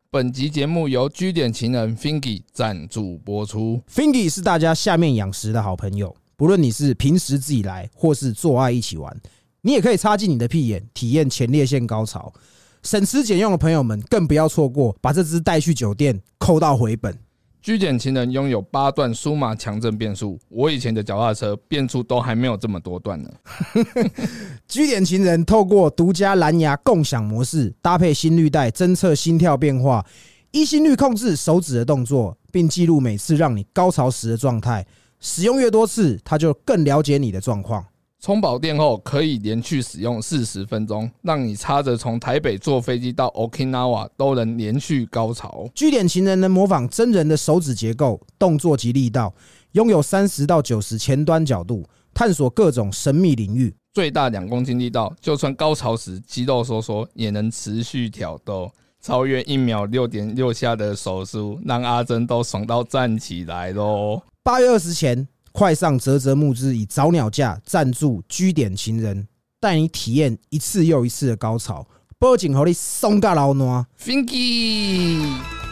本集节目由居点情人 Fingy 赞助播出。 Fingy 是大家下面养食的好朋友，不论你是平时自己来，或是做爱一起玩，你也可以插进你的屁眼，体验前列腺高潮。省吃俭用的朋友们更不要错过，把这支带去酒店，扣到回本。 居点情人拥有8段舒马强震变速，我以前的脚踏车变速都还没有这么多段呢。 居点情人透过独家蓝牙共享模式，搭配心率带侦测心跳变化，依心率控制手指的动作，并记录每次让你高潮时的状态。使用越多次，它就更了解你的状况。 充饱电后可以连续使用40分钟，让你插着从台北坐飞机到 Okinawa 都能连续高潮。 居点情人能模仿真人的手指结构、动作及力道，拥有30到90前端角度，探索各种神秘领域。 最大2公斤力道，就算高潮时肌肉收缩也能持续挑逗，超越1秒6.6下的手速，让阿珍都爽到站起来咯。 8月20前快上嘖募资，以早鸟价赞助居点情人，带你体验一次又一次的高潮，保证让你爽到老暖。 Fingy。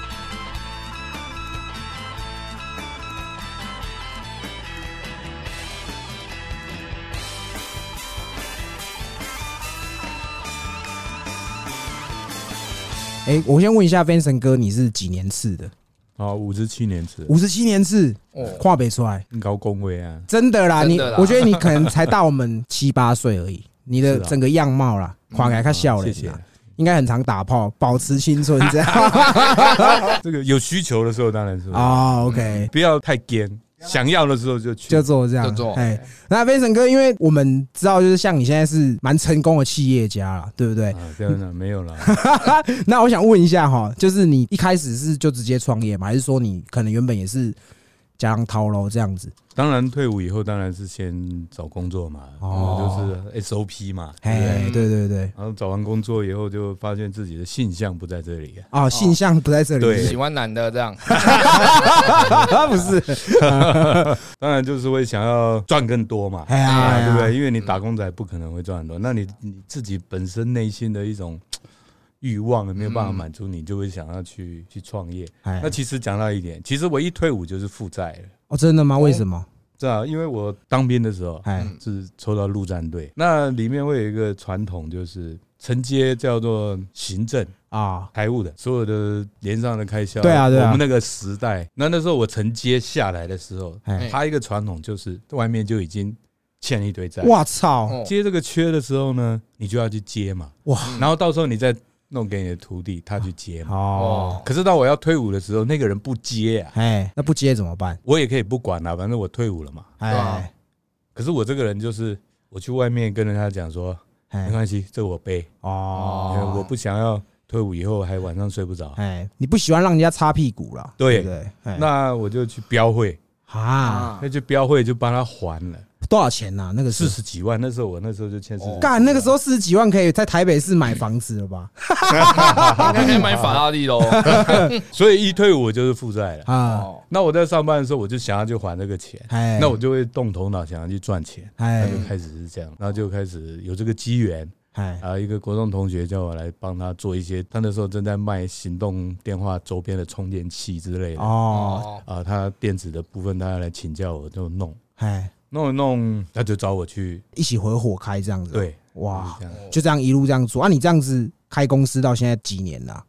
我先问一下 Vincent 哥，你是几年次的 ？57年次 ，57年次，看不出来， 高工位啊， 真的啦，我觉得你可能才大我们7、8岁而已，你的整个样貌啦，看起来较少年啦，应该很常打炮，保持青春这样。 这个有需求的时候当然是 OK， 不要太奸。想要的时候就去， 就做这样。那Vincent哥，因为我们知道，就是像你现在是蛮成功的企业家啦，对不对？ 当然没有啦。 那我想问一下哈，就是你一开始是就直接创业吗？还是说你可能原本也是加上套楼这样子？ 当然，退伍以后当然是先找工作嘛，就是 SOP 嘛， 对对对。 然后找完工作以后，就发现自己的性向不在这里性向不在这里， 对， 喜欢男的这样。 不是， 当然就是会想要赚更多嘛，对不对？因为你打工仔不可能会赚很多，那你自己本身内心的一种欲望没有办法满足，你就会想要去创业。那其实讲到一点，其实我一退伍就是负债了。 真的吗？为什么？ 因为我当兵的时候是抽到陆战队，那里面会有一个传统，就是承接叫做行政财务的所有的连上的开销。 对啊， 我们那个时代，那时候我承接下来的时候，他一个传统就是外面就已经欠一堆债。 哇操！ 接这个缺的时候呢，你就要去接嘛。哇！然后到时候你再弄给你的徒弟，他去接嘛。可是到我要退伍的时候，那个人不接那不接怎么办？ 我也可以不管啦，反正我退伍了嘛。可是我这个人就是，我去外面跟人家讲说，没关系，这我背。我不想要退伍以后还晚上睡不着。 你不喜欢让人家擦屁股啦，对不对？ 那我就去标会那去标会就帮他还了。 多少钱啊？那个 40几万，那时候就欠40几万。 干，那个时候40几万可以在台北市买房子了吧？ 应该可以买法拉利喽。 所以一退伍就是负债了那我在上班的时候，我就想要去还这个钱，那我就会动头脑想要去赚钱，那就开始是这样，然后就开始有这个机缘。一个国中同学叫我来帮他做一些，他那时候正在卖行动电话周边的充电器之类的他电子的部分他要来请教我，就弄一弄，他就找我去一起合伙开这样子。 对， 哇，就这样一路这样做你这样子开公司到现在几年了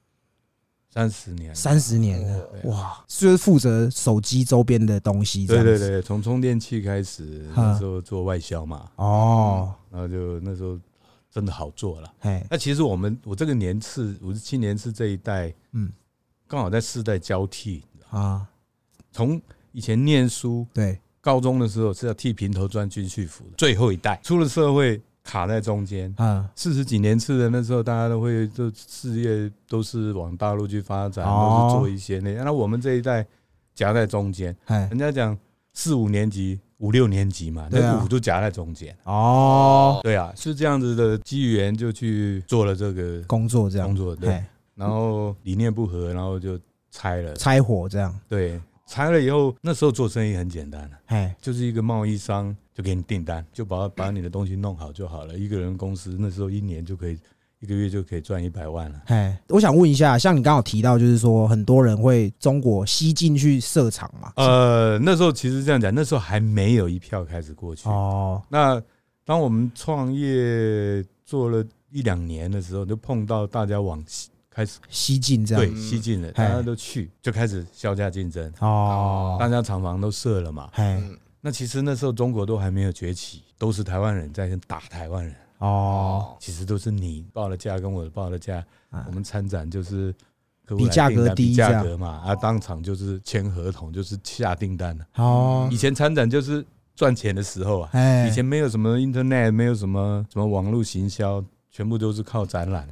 ？30年 ，30年了，哇！就是负责手机周边的东西， 对，从充电器开始，那时候做外销嘛，然后就那时候真的好做了。那其实我这个年次57年次这一代，刚好在世代交替从以前念书， 对。 高中的时候是要剃平头钻军训服的最后一代，出了社会卡在中间40几年次的那时候，大家都会就事业都是往大陆去发展，都是做一些那我们这一代夹在中间，人家讲4、5年级、5、6年级嘛，那5就夹在中间对啊，是这样子的机缘就去做了这个工作， 对，然后理念不合，然后就拆伙这样， 对。拆了以后，那时候做生意很简单就是一个贸易商就给你订单，就把你的东西弄好就好了。一个人公司那时候1年就可以 1个月就可以赚100万了。 我想问一下，像你刚好提到，就是说很多人会中国西进去设厂嘛？ 那时候其实这样讲，那时候还没有一票开始过去。那当我们创业做了1-2年的时候，就碰到大家往开始西进这样， 对，西进了，大家都去，就开始削价竞争。大家厂房都设了嘛。那其实那时候中国都还没有崛起，都是台湾人在打台湾人。其实都是你报的价跟我报的价，我们参展就是客户来订单比价格嘛，当场就是签合同，就是下订单了。以前参展就是赚钱的时候啊，以前没有什么 internet， 没有什么网络行销。全部都是靠展览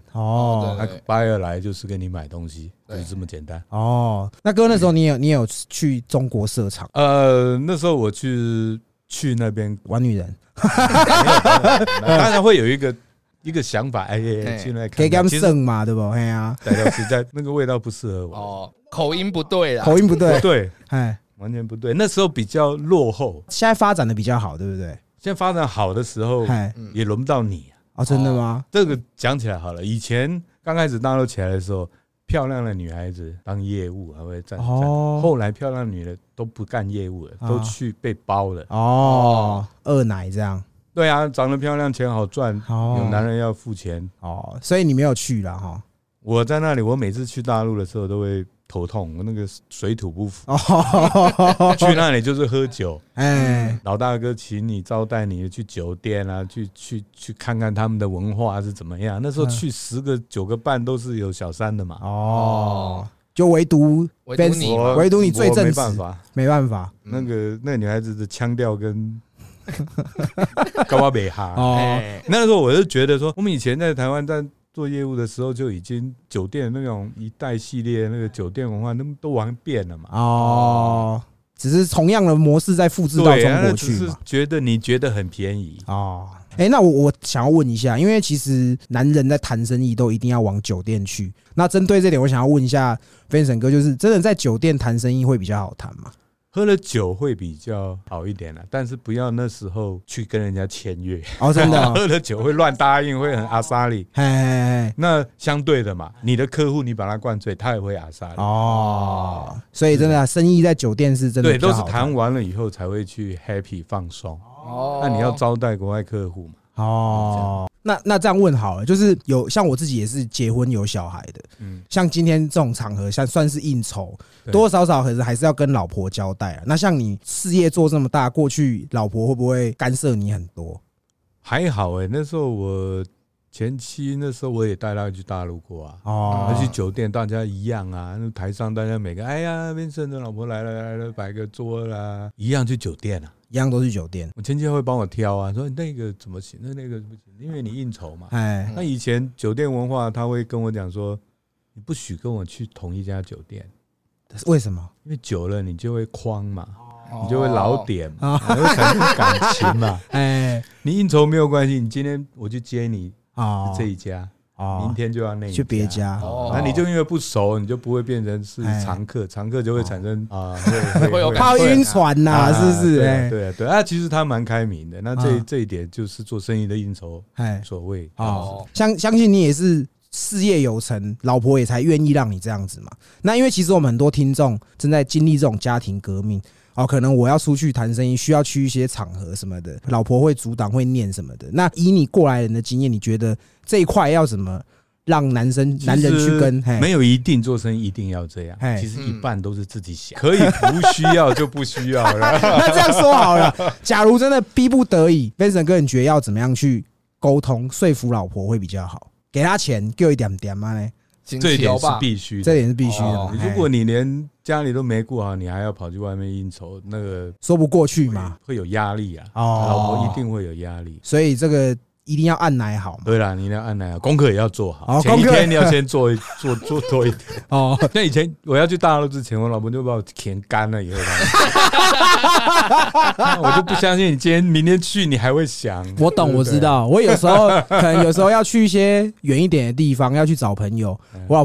buyer 来就是跟你买东西，就是这么简单。 那哥那时候你有去中国设厂？ 那时候我去那边玩女人， 当然会有一个想法，去那给他们剩嘛，对不？ 实在那个味道不适合我， 口音不对啦， 口音不对， 对，完全不对。那时候比较落后， 现在发展的比较好，对不对？ 现在发展好的时候，也轮不到你。 真的吗？ 这个讲起来好了，以前刚开始大陆起来的时候，漂亮的女孩子当业务还会站，后来漂亮女的都不干业务了，都去被包了。 二奶这样。 对啊，长得漂亮，钱好赚，有男人要付钱。 所以你没有去啦哈。 我在那里，我每次去大陆的时候都会头痛，我那个水土不服。去那里就是喝酒，老大哥请你招待你去酒店啊，去看看他们的文化是怎么样。那时候去10个9个半都是有小三的嘛。 就唯独你最正直，没办法。 那个女孩子的腔调跟高瓦北哈。那时候我就觉得说，我们以前在台湾在做业务的时候就已经酒店那种一代系列那个酒店文化都玩遍了嘛。 只是同样的模式再复制到中国去嘛。 只是觉得你觉得很便宜。 那我想要问一下，因为其实男人在谈生意都一定要往酒店去。那针对这点，我想要问一下 Vincent 哥，就是真的在酒店谈生意会比较好谈吗？ 喝了酒会比较好一点啦，但是不要那时候去跟人家签约。 真的喝了酒会乱答应，会很阿莎里。那相对的嘛，你的客户你把他灌醉，他也会阿莎里。 所以真的生意在酒店是真的对，都是谈完了以后才会去 happy 放松。那你要招待国外客户嘛。 那这样问好了，就是有像我自己也是结婚有小孩的，像今天这种场合，像算是应酬，多多少少还是要跟老婆交代啊。那像你事业做这么大，过去老婆会不会干涉你很多？ 还好那时候我前妻那时候我也带她去大陆过啊，去酒店大家一样啊，那台上大家每个Vincent 的老婆来了，摆个桌啦，一样去酒店啊。 一样都是酒店， 我前妻会帮我挑啊，说那个怎么行，那个不行，因为你应酬嘛。那以前酒店文化，他会跟我讲说，你不许跟我去同一家酒店。 为什么？因为久了你就会诓嘛，你就会老点嘛，会产生感情嘛。你应酬没有关系，你今天我去接你这一家。明天就要那一家去别家， 那你就因为不熟，你就不会变成是常客，常客就会产生会有怕晕船呐，是不是？ 对，其实他蛮开明的。那这一点就是做生意的应酬所谓。 相信你也是事业有成，老婆也才愿意让你这样子嘛。那因为其实我们很多听众正在经历这种家庭革命。可能我要出去谈生意，需要去一些场合什么的，老婆会阻挡、会念什么的。那以你过来人的经验，你觉得这一块要怎么让男人去跟？ 没有一定做生意一定要这样，其实一半都是自己想，可以不需要就不需要了。 那这样说好了，假如真的逼不得已 ，Vincent 哥，你觉得要怎么样去沟通、说服老婆会比较好？给他钱，给我一点点嘛呢？ 这一点是必须的， 这点是必须的。 如果你连家里都没顾好，你还要跑去外面应酬，那个说不过去嘛， 会有压力啊。老婆一定会有压力， 所以这个一定要按奶好嘛。 对啦，你一定要按奶好，功课也要做好。前一天你要先做多一点。像以前我要去大陆之前，我老婆就把我填干了以后，我就不相信你明天去你还会想。 我懂，我知道。我有时候可能要去一些远一点的地方，要去找朋友，我老婆也是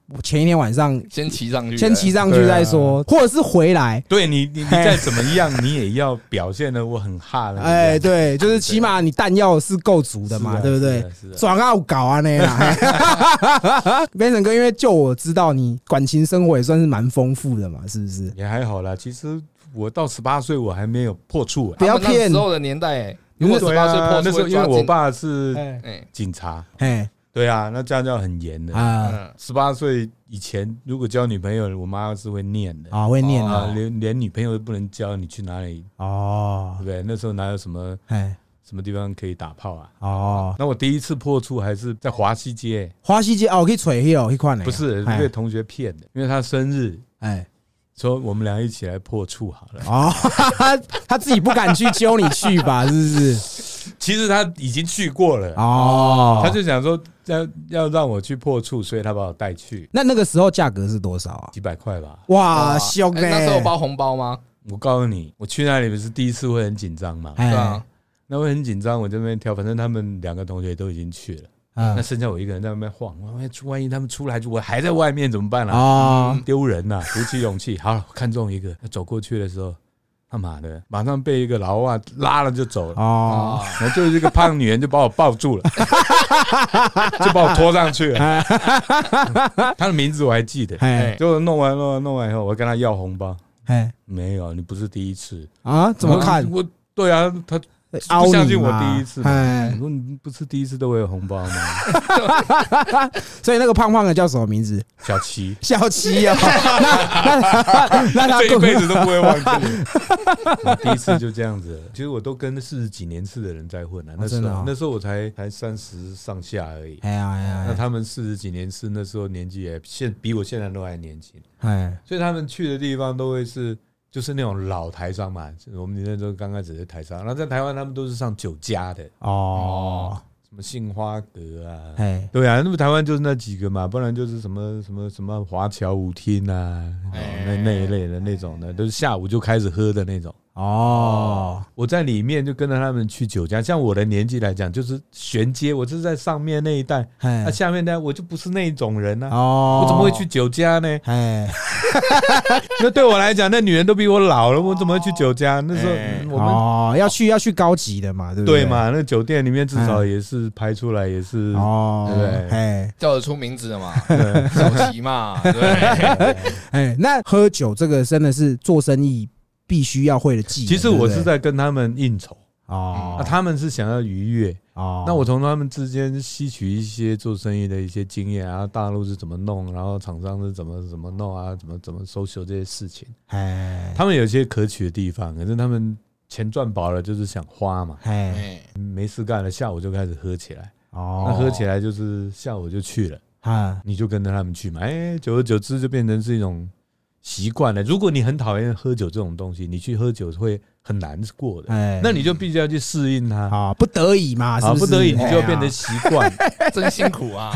前一天晚上先骑上去再说，或者是回来。 对你再怎么样，你也要表现的我很哈了。 哎，对，就是起码你弹药是够足的嘛，对不对？转要搞啊那啦。Vincent 哥，因为就我知道你感情生活也算是蛮丰富的嘛，是不是？ 也还好啦，其实我到18岁我还没有破处。 不要骗， 那时候的年代，如果18岁破处， 那时候因为我爸是警察，对啊，那家教很严的啊。18岁以前，如果交女朋友，我妈是会念的啊，会念啊， 连女朋友都不能交，你去哪里哦？对不对？那时候哪有什么地方可以打炮啊？哦，那我第一次破处还是在华西街。 华西街哦，可以吹迄哦，一款的。 不是被同学骗的，因为他生日，说我们俩一起来破处好了。哦， 他自己不敢去揪你去吧？是不是？ 其实他已经去过了哦，他就想说要让我去破处，所以他把我带去。 那个时候价格是多少啊？ 几百块吧。 哇，凶欸！ 那时候包红包吗？ 我告诉你，我去那里不是第一次会很紧张嘛？对啊，那会很紧张，我这边挑，反正他们2个同学都已经去了。那剩下我一个人在外面晃，万一他们出来，我还在外面怎么办啊？丢人呐！鼓起勇气，好，看中一个，走过去的时候，他妈的，马上被一个老外拉了就走了。哦，然后就是一个胖女人就把我抱住了，就把我拖上去了。她的名字我还记得。就弄完以后，我跟她要红包。没有，你不是第一次啊？怎么看？ 对啊，他。不相信我第一次，我说你不是第一次都会有红包吗？ 所以那个胖胖的叫什么名字？ 小七。 小七啊， 那他这一辈子都不会忘记。我第一次就这样子，其实我都跟40几年次的人在混啊。那时候我才30上下而已。那他们40几年次，那时候年纪也比我现在都还年轻。所以他们去的地方都会是。就是那种老台商嘛，我们那时候刚开始在台商，然后在台湾他们都是上酒家的哦，什么杏花阁啊，对啊，那么台湾就是那几个嘛，不然就是什么华侨舞厅啊，那一类的那种的，都是下午就开始喝的那种。哦，我在里面就跟着他们去酒家，像我的年纪来讲，就是悬街，我是在上面那一带，那下面呢，我就不是那种人啊，我怎么会去酒家呢？那对我来讲，那女人都比我老了，我怎么会去酒家？那时候我们要去高级的嘛，对不对？对嘛，那酒店里面至少也是拍出来也是对不对？ 叫得出名字的嘛，小齐嘛，对。 那喝酒这个真的是做生意必须要会的技能。 其实我是在跟他们应酬哦，他们是想要愉悦哦，那我从他们之间吸取一些做生意的一些经验啊，大陆是怎么弄，然后厂商是怎么弄啊，怎么收手这些事情。他们有些可取的地方，可是他们钱赚饱了就是想花嘛，没事干了，下午就开始喝起来。那喝起来就是下午就去了，你就跟着他们去嘛，久而久之就变成是一种习惯了。如果你很讨厌喝酒这种东西，你去喝酒会很难过的，那你就必须要去适应它啊，不得已嘛， 不得已你就要变成习惯， 真辛苦啊。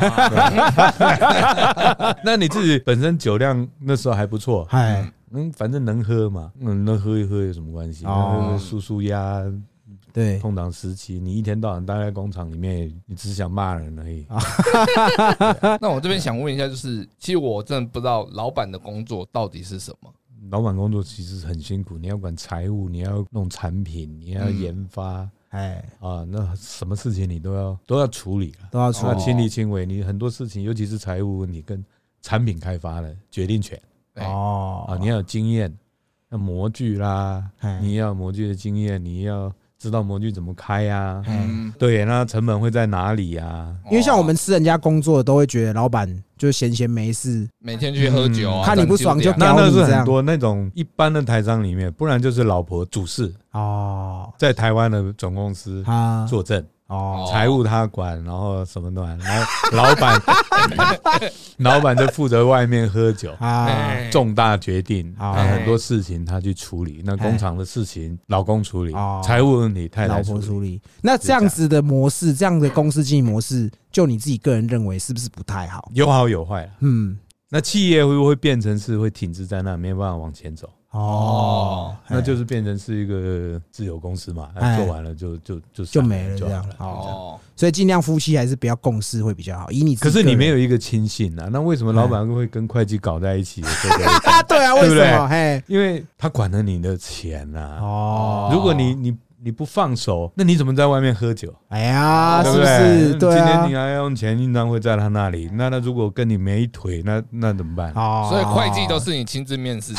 那你自己本身酒量那时候还不错，反正能喝嘛，那喝一喝有什么关系？舒压。 对， 空档时期，你一天到晚待在工厂里面，你只是想骂人而已。 那我这边想问一下，就是其实我真的不知道老板的工作到底是什么。 老板工作其实很辛苦，你要管财务，你要弄产品，你要研发，那什么事情你都要处理，都要亲力亲为。你很多事情，尤其是财务问题跟产品开发的决定权你要有经验，要模具啦，你要有模具的经验，你要知道模具怎么开啊？对，那成本会在哪里啊？ 因为像我们吃人家工作的，都会觉得老板就闲没事， 每天去喝酒啊， 看你不爽就那是很多那种一般的台商里面，不然就是老婆主事在台湾的总公司坐镇。财务他管，然后什么都管，然后老板就负责外面喝酒，重大决定，很多事情他去处理。那工厂的事情老公处理，财务问题太太处理。 那这样子的模式，这样的公司经营模式，就你自己个人认为是不是不太好？ 有好有坏。那企业会不会变成是会停滞在那，没办法往前走？ 那就是变成是一个自有公司嘛，做完了就没了这样。所以尽量夫妻还是不要共事会比较好。以你可是你没有一个亲信啊，那为什么老板会跟会计搞在一起？ 对啊，为什么？ 因为他管了你的钱啊。如果你不放手，那你怎么在外面喝酒？ 哎呀，是不是？对啊， 今天你还要用钱，应当会在他那里。那如果跟你没腿，那怎么办？ 所以会计都是你亲自面试。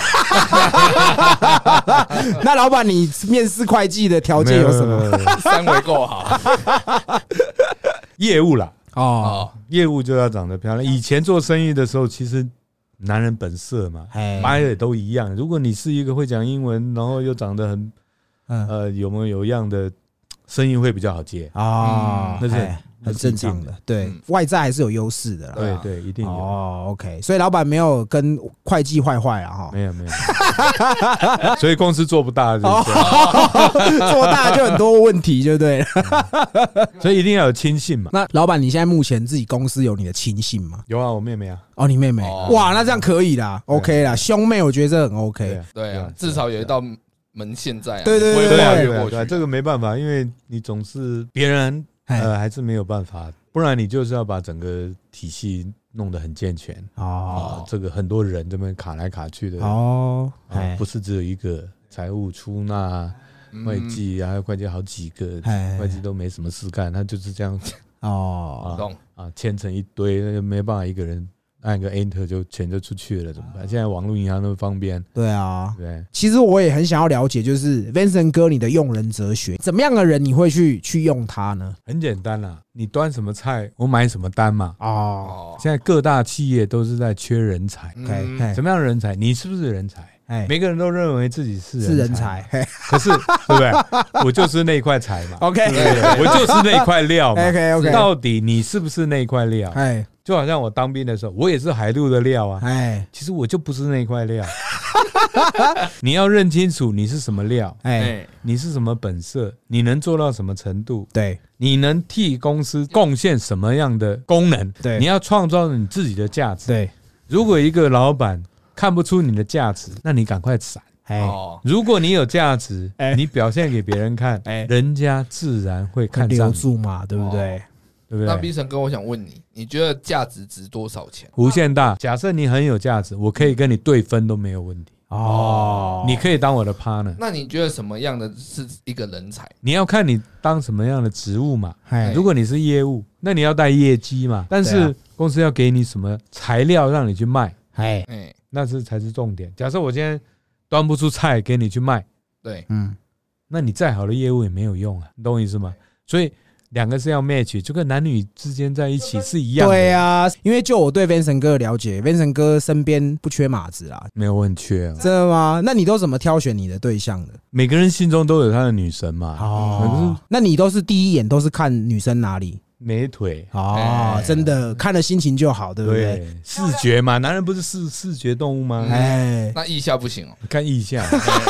那老板，你面试会计的条件有什么 ？3围够好。 业务啦，业务就要长得漂亮。以前做生意的时候，其实男人本色嘛，妈也都一样。如果你是一个会讲英文，然后又长得很有模有样的，生意会比较好接啊，那是很正常的。对，外在还是有优势的啦。对，一定有。 OK， 所以老板没有跟会计坏啊哈。 没有。所以公司做不大， 做大就很多问题，就对了。 所以一定要有亲信嘛。 那老板，你现在目前自己公司有你的亲信吗？ 有啊，我妹妹啊。 你妹妹。哇，那这样可以啦 ，OK 啦，兄妹我觉得这很 OK。 对啊，至少有一道门现在。 对， 这个没办法，因为你总是别人。还是没有办法，不然你就是要把整个体系弄得很健全这个很多人这边卡来卡去的不是只有一个财务出纳、会计还有会计好几个，会计都没什么事干，他就是这样牵成一堆，那就没办法一个人。按个 Enter 就钱就出去了，怎么办？现在网络银行那么方便。 对啊，对。其实我也很想要了解，就是 Vincent 哥你的用人哲学，怎么样的人你会去用他呢？ 很简单啦，你端什么菜，我买什么单嘛。现在各大企业都是在缺人才。什么样的人才？你是不是人才？每个人都认为自己是人才，可是对不对？我就是那块柴嘛。 OK， 我就是那块料嘛。OK， 到底你是不是那块料？就好像我当兵的时候，我也是海陆的料啊。其实我就不是那块料。你要认清楚你是什么料，你是什么本色，你能做到什么程度？ 对， 你能替公司贡献什么样的功能？ 对， 你要创造你自己的价值。 对， 如果一个老板看不出你的价值，那你赶快闪。如果你有价值，你表现给别人看，人家自然会看上你， 留住嘛，对不对？ 对不对？ 那 B 神哥，我想问你，你觉得价值值多少钱？ 无限大。假设你很有价值，我可以跟你对分都没有问题。你可以当我的 partner。 那你觉得什么样的是一个人才？ 你要看你当什么样的职务嘛。如果你是业务，那你要带业绩嘛。但是公司要给你什么材料让你去卖，那才是重点。假设我今天端不出菜给你去卖， 对， 那你再好的业务也没有用啊，你懂我意思吗？所以两个是要 match， 就跟男女之间在一起是一样的。 对啊，因为就我对 Vincent 哥的了解 ，Vincent 哥身边不缺马子啦。 没有，我很缺啊。 真的吗？那你都怎么挑选你的对象的？ 每个人心中都有他的女神嘛。 那你都是第一眼都是看女生哪里？ 美腿真的看了心情就好，对不对？ 视觉嘛，男人不是视觉动物吗？ 那腋下不行哦， 看腋下。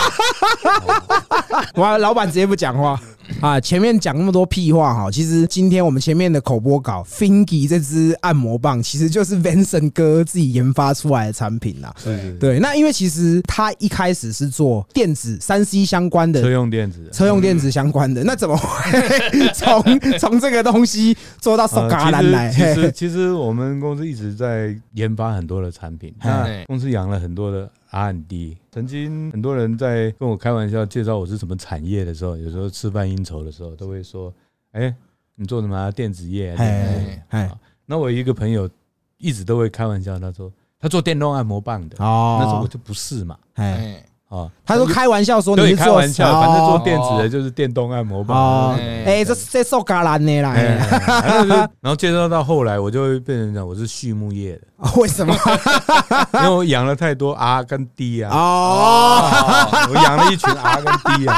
哇，老板直接不讲话啊！前面讲那么多屁话哈，其实今天我们前面的口播稿 Finky 这支按摩棒，其实就是 Vincent 哥自己研发出来的产品啦。对，那因为其实他一开始是做电子3C 相关的， 车用电子相关的，那怎么会从这个东西做到手嘎兰来？ 其实我们公司一直在研发很多的产品，那公司养了很多的R&D。曾经很多人在跟我开玩笑介绍我是什么产业的时候，有时候吃饭应酬的时候都会说：“你做什么电子业？”那我一个朋友一直都会开玩笑，他说他做电动按摩棒的，那时候我就不是嘛。 他说开玩笑说你是做开玩笑，反正做电子的就是电动按摩棒。 这受嘎兰的啦。 然后介绍到后来，我就会变成讲我是畜牧业的。 为什么？ 因为我养了太多 R 跟 D 啊。我养了一群 R 跟 D 啊。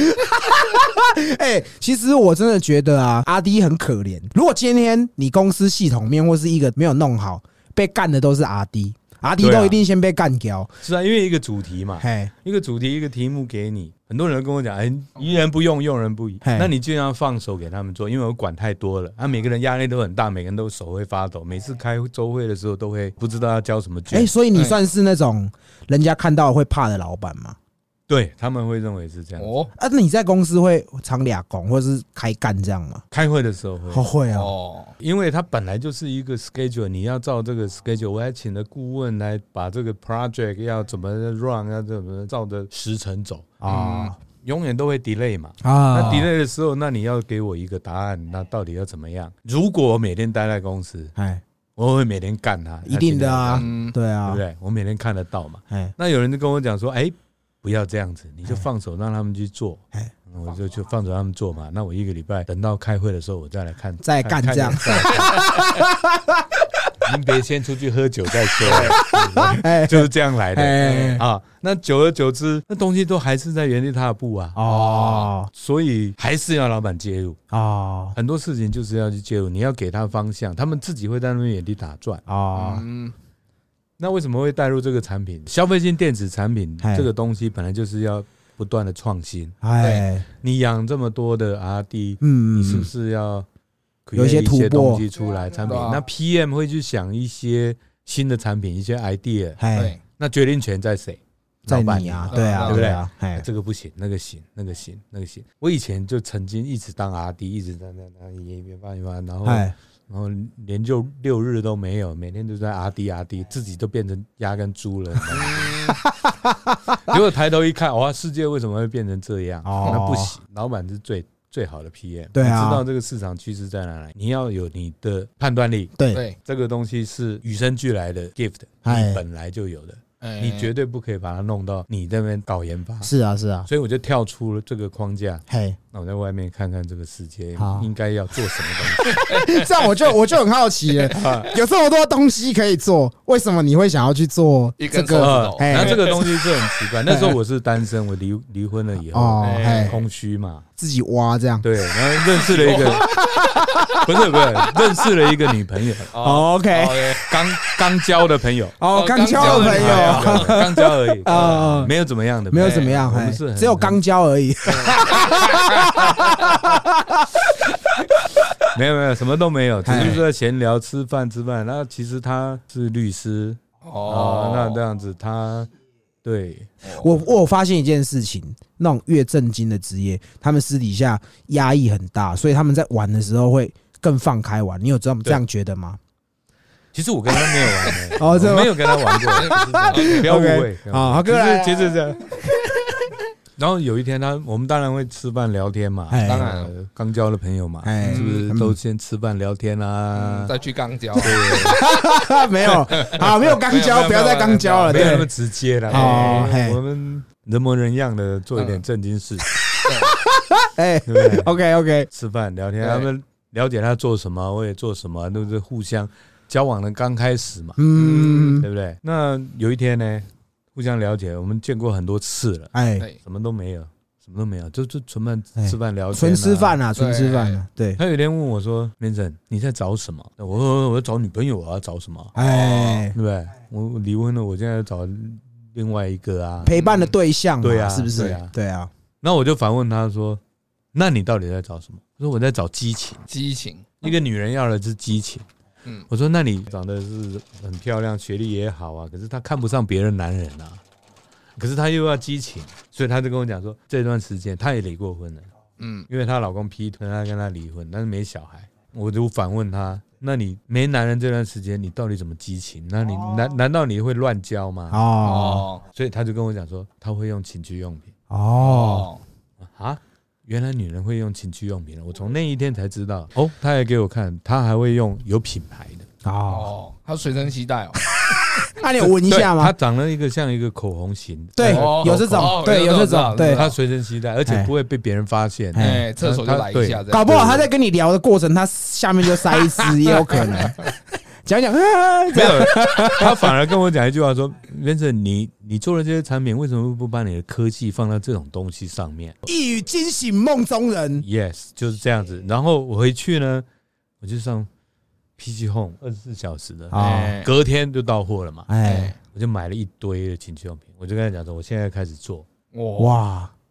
其实我真的觉得啊 ，RD 很可怜。如果今天你公司系统面或是一个没有弄好，被干的都是 RD 都一定先被干掉。 是啊，因为一个主题嘛，一个主题一个题目给你， 很多人跟我讲，疑人不用，用人不疑。那你尽量放手给他们做，因为我管太多了。每个人压力都很大，每个人都手会发抖。每次开周会的时候，都会不知道要交什么卷。 所以你算是那种人家看到会怕的老板吗？ 对，他们会认为是这样。 那你在公司会常俩拱，或者是开干这样吗？ 开会的时候会。 会因为它本来就是一个 schedule， 你要照这个 schedule， 我还请了顾问来把这个 project 要怎么 run， 要怎么照着时程走永远都会 delay 嘛。那 delay 的时候，那你要给我一个答案，那到底要怎么样？如果我每天待在公司，我会每天干它， 一定的啊，对啊， 对不对？我每天看得到嘛。那有人就跟我讲说，不要这样子，你就放手让他们去做。我就放手让他们做嘛。那我一个礼拜等到开会的时候，我再来看， 再干这样。 您别先出去喝酒再说，就是这样来的那久而久之，那东西都还是在原地踏步所以还是要老板介入很多事情就是要去介入，你要给他方向，他们自己会在那边原地打转那为什么会带入这个产品？消费性电子产品这个东西本来就是要不断的创新。你养这么多的 R&D， 你是不是要有一些突破东西出来产品？那 PM 会去想一些新的产品，一些 idea。那决定权在谁？ 在你啊，对啊， 对不对？这个不行，那个行，那个行，那个行。我以前就曾经一直当 R&D， 一直在研发，然后连就6日都没有，每天都在 R&D， 自己都变成鸭跟猪了。结果抬头一看，世界为什么会变成这样？那不行，老板是最好的 PM， 对啊， 知道这个市场趋势在哪里，你要有你的判断力。 对， 这个东西是与生俱来的 gift， 你本来就有的。你绝对不可以把它弄到你那边搞研发。 是啊， 所以我就跳出了这个框架。那我在外面看看这个世界应该要做什么东西。这样我就很好奇了，有这么多东西可以做，为什么你会想要去做这个？ 那这个东西是很奇怪。那时候我是单身，我离婚了以后，空虚嘛， 自己挖这样。 对，然后认识了一个，不是，认识了一个女朋友。 OK， 刚交的朋友。 刚交的朋友。 刚交而已没有怎么样的， 没有怎么样，只有刚交而已。 没有，什么都没有，只是在闲聊、吃饭。那其实他是律师那这样子，他对我有发现一件事情，那种越正经的职业，他们私底下压抑很大，所以他们在玩的时候会更放开玩。你有这样觉得吗？ 其实我跟他没有玩的，我没有跟他玩过，不要误会其实这样。然后有一天我们当然会吃饭聊天嘛，当然刚交的朋友嘛，是不是都先吃饭聊天啊？ 再去刚交？ 没有，没有刚交，不要再刚交了， 没有那么直接了。我们人模人样的做一点正经事， 对不对 ？OK， 吃饭聊天，他们了解他做什么，我也做什么，都是互相交往的刚开始嘛，对不对？那有一天呢，互相了解，我们见过很多次了，什么都没有，就纯饭吃饭聊天， 纯吃饭啊，纯吃饭啊。对， 他有一天问我说 ：“Vincent， 你在找什么？”我说：“我要找女朋友，我要找什么？”对不对？我离婚了，我现在要找另外一个啊， 陪伴的对象， 对啊， 是不是？对啊。 然后我就反问他说：“那你到底在找什么？”我说：“我在找激情，一个女人要的是激情。”我说那你长得是很漂亮，学历也好啊，可是他看不上别人男人啊，可是他又要激情，所以他就跟我讲说，这段时间他也离过婚了，因为她老公劈腿，他跟她离婚，但是没小孩。我就反问他，那你没男人这段时间，你到底怎么激情？那你难道你会乱交吗？所以他就跟我讲说，他会用情趣用品。原来女人会用情趣用品了，我从那一天才知道。他还给我看，他还会用有品牌的。 他随身携带那你有闻一下吗？ 他长了一个像一个口红型的， 对，有这种，对，有这种，对， 他随身携带，而且不会被别人发现。 厕所就来一下， 搞不好他在跟你聊的过程，他下面就塞一支，也有可能。讲没有，他反而跟我讲一句话说 ：“Vincent， 你做的这些产品，为什么不把你的科技放到这种东西上面？ 一语惊醒梦中人。” Yes， 就是这样子。然后我回去呢，我就上 PC Home 24小时的，隔天就到货了嘛。我就买了一堆的情趣用品，我就跟他讲说，我现在开始做。 哇，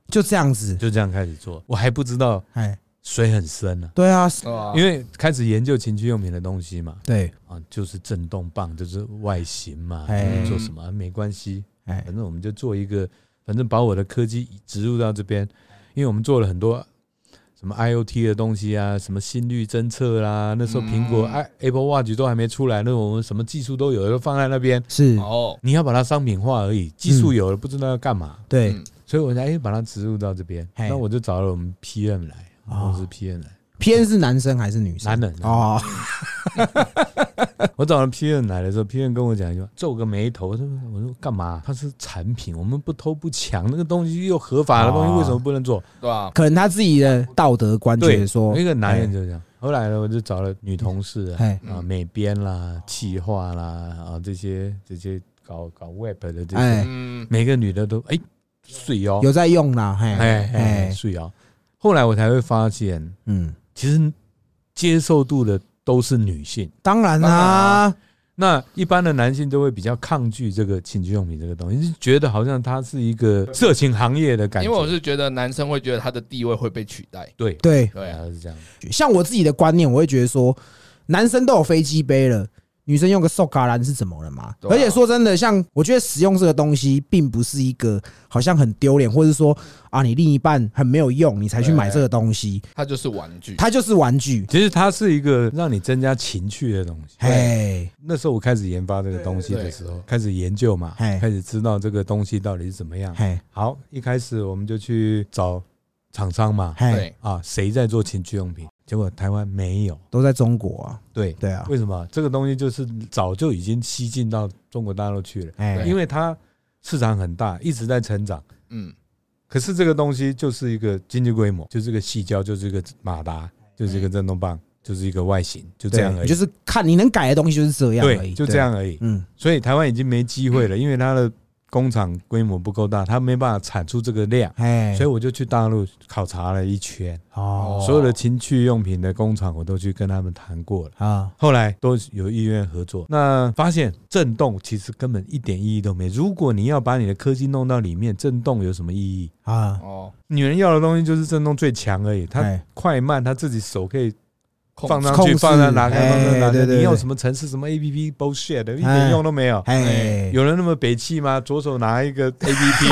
就这样子， 就这样开始做。我还不知道，水很深啊。 对啊， 因为开始研究情趣用品的东西嘛。 对啊，就是震动棒，就是外形嘛，做什么没关系，反正我们就做一个，反正把我的科技植入到这边，因为我们做了很多什么 IoT 的东西啊，什么心率侦测啦，那时候苹果 Apple Watch 都还没出来，那我们什么技术都有，都放在那边。 是你要把它商品化而已，技术有了不知道要干嘛。 对， 所以我才把它植入到这边。那我就找了我们 PM 来，公司 PM 来。 PM 是男生还是女生？ 男人哦。我找了 PM 来的时候 ，PM 跟我讲一句话，皱个眉头。我说干嘛？它是产品，我们不偷不抢，那个东西又合法的东西，为什么不能做？ 对吧？ 可能他自己的道德观觉得说， 一个男人就这样。后来呢，我就找了女同事啊，美编啦、企划啦啊，这些搞 web 的这些，每个女的都水哦， 有在用啦， 水哦。后来我才会发现，其实接受度的都是女性。 当然啦， 那一般的男性都会比较抗拒这个情趣用品这个东西，就觉得好像它是一个色情行业的感觉。 因为我是觉得男生会觉得他的地位会被取代。 对啊， 是这样。 像我自己的观念，我会觉得说，男生都有飞机杯了，女生用个塑胶篮是怎么了嘛？而且说真的，像我觉得使用这个东西，并不是一个好像很丢脸，或者说啊，你另一半很没有用，你才去买这个东西。 它就是玩具， 它就是玩具。 其实它是一个让你增加情趣的东西。那时候我开始研发这个东西的时候，开始研究嘛，开始知道这个东西到底是怎么样。好，一开始我们就去找厂商嘛，谁在做情趣用品？结果台湾没有， 都在中国啊。 对啊，为什么？这个东西就是早就已经西进到中国大陆去了，因为它市场很大，一直在成长。可是这个东西就是一个经济规模，就是个矽胶，就是一个马达，就是一个震动棒，就是一个外形，就这样而已。 就是看你能改的东西就是这样而已， 就这样而已。所以台湾已经没机会了，因为它的工厂规模不够大，它没办法产出这个量，所以我就去大陆考察了一圈，所有的情趣用品的工厂我都去跟他们谈过了，后来都有意愿合作。那发现震动其实根本一点意义都没，如果你要把你的科技弄到里面，震动有什么意义啊？女人要的东西就是震动最强而已，它快慢它自己手可以放上去，放在哪开，放在哪开。你有什么程式，什么 APP bullshit 的，一点用都没有。有人那么北气吗？左手拿一个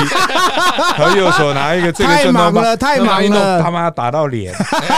APP， 和右手拿一个这个震动棒， 太忙了， 他妈打到脸。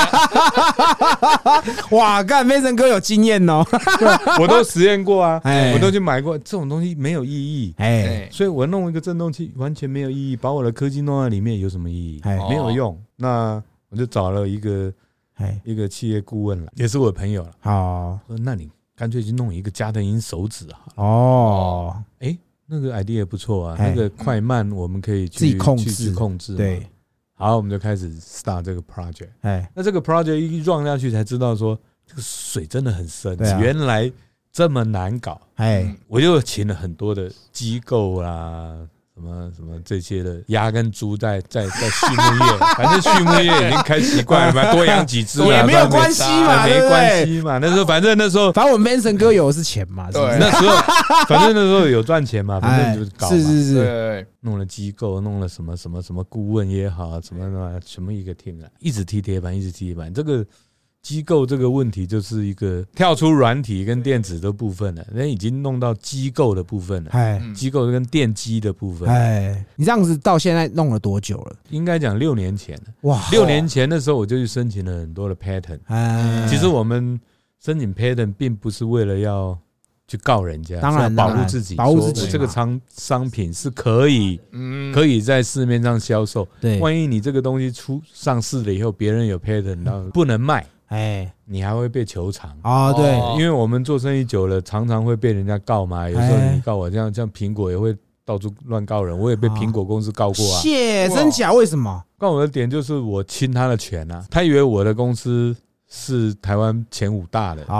哇，干Mason哥有经验哦， 我都实验过啊，我都去买过，这种东西没有意义。所以我弄一个震动器完全没有意义，把我的科技弄在里面有什么意义？没有用。那我就找了一个企业顾问了，也是我的朋友了。说那你干脆去弄一个加藤鹰手指啊。那个 idea 不错啊，那个快慢我们可以去自己控制。 对， 好，我们就开始 start 这个 project。那这个 project 一 run 下去才知道说这个水真的很深，原来这么难搞。我就请了很多的机构啦。什么这些的鸭跟猪在畜牧业，反正畜牧业已经开习惯了嘛，多养几只也没有关系嘛， 没关系嘛。反正那时候我们 Mason 哥有的是钱嘛， 对，那时候反正那时候有赚钱嘛，反正就是搞嘛。 是， 弄了机构，弄了什么顾问也好，什么一个 team 一直踢铁板，一直踢铁板。这个机构这个问题就是一个跳出软体跟电子的部分了，人已经弄到机构的部分了，机构跟电机的部分。 你这样子到现在弄了多久了？ 应该讲6年前了。哇，6年前的时候我就去申请了很多的 patent。其实我们申请 patent 并不是为了要去告人家， 当然保护自己，说这个商品是可以在市面上销售。万一你这个东西上市了以后，别人有 patent 然后不能卖。你还会被求偿对， 因为我们做生意久了，常常会被人家告嘛。有时候你告我，像苹果也会到处乱告人，我也被苹果公司告过啊。 真假？为什么？ 告我的点就是我侵他的权啊，他以为我的公司是台湾前5大的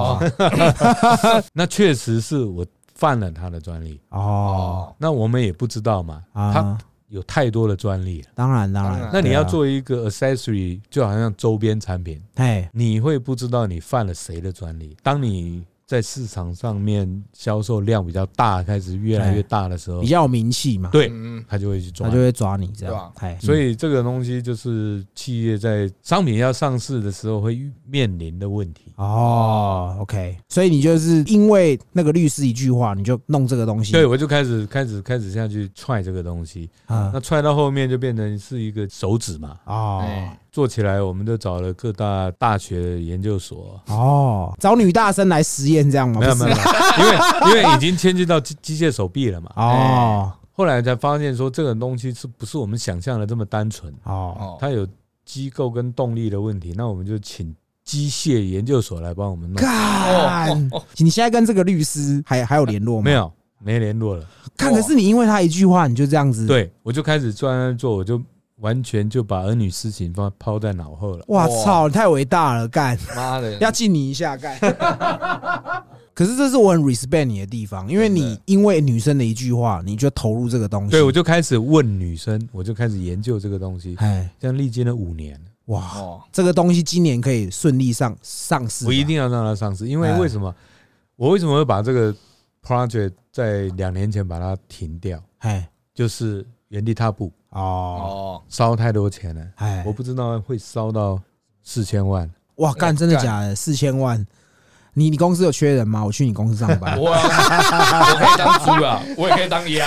那确实是我犯了他的专利那我们也不知道嘛，他有太多的专利了。 当然， 那你要做一个 accessory， 就好像周边产品，你会不知道你犯了谁的专利。当你在市场上面销售量比较大，开始越来越大的时候， 比较有名气嘛， 对，他就会去抓， 他就会抓你这样。 所以这个东西就是企业在商品要上市的时候会面临的问题。 哦 ，OK， 所以你就是因为那个律师一句话，你就弄这个东西。 对，我就开始下去踹这个东西，那踹到后面就变成是一个手指嘛。哦。做起来，我们就找了各大大学研究所找女大生来实验这样吗？ 没有，因为已经牵涉到机械手臂了嘛。后来才发现说这个东西是不是我们想象的这么单纯？它有机构跟动力的问题，那我们就请机械研究所来帮我们弄。 你现在跟这个律师还有联络吗？ 没有，没联络了。 可是你因为他一句话，你就这样子？ 对，我就开始专案做，我就完全就把儿女私情抛在脑后了。 哇操，你太伟大了，干妈的， 要敬你一下，干。可是这是我很 respect 你的地方，因为你因为女生的一句话，你就投入这个东西。 对，我就开始问女生，我就开始研究这个东西，这样历经了5年。 哇，这个东西今年可以顺利上市。 我一定要让它上市，因为为什么？我为什么会把这个 project 在2年前把它停掉？就是原地踏步。烧太多钱了，我不知道会烧到4000万。 哇，干，真的假的？4000万？你公司有缺人吗？我去你公司上班。 我可以当猪啊，我也可以当鸭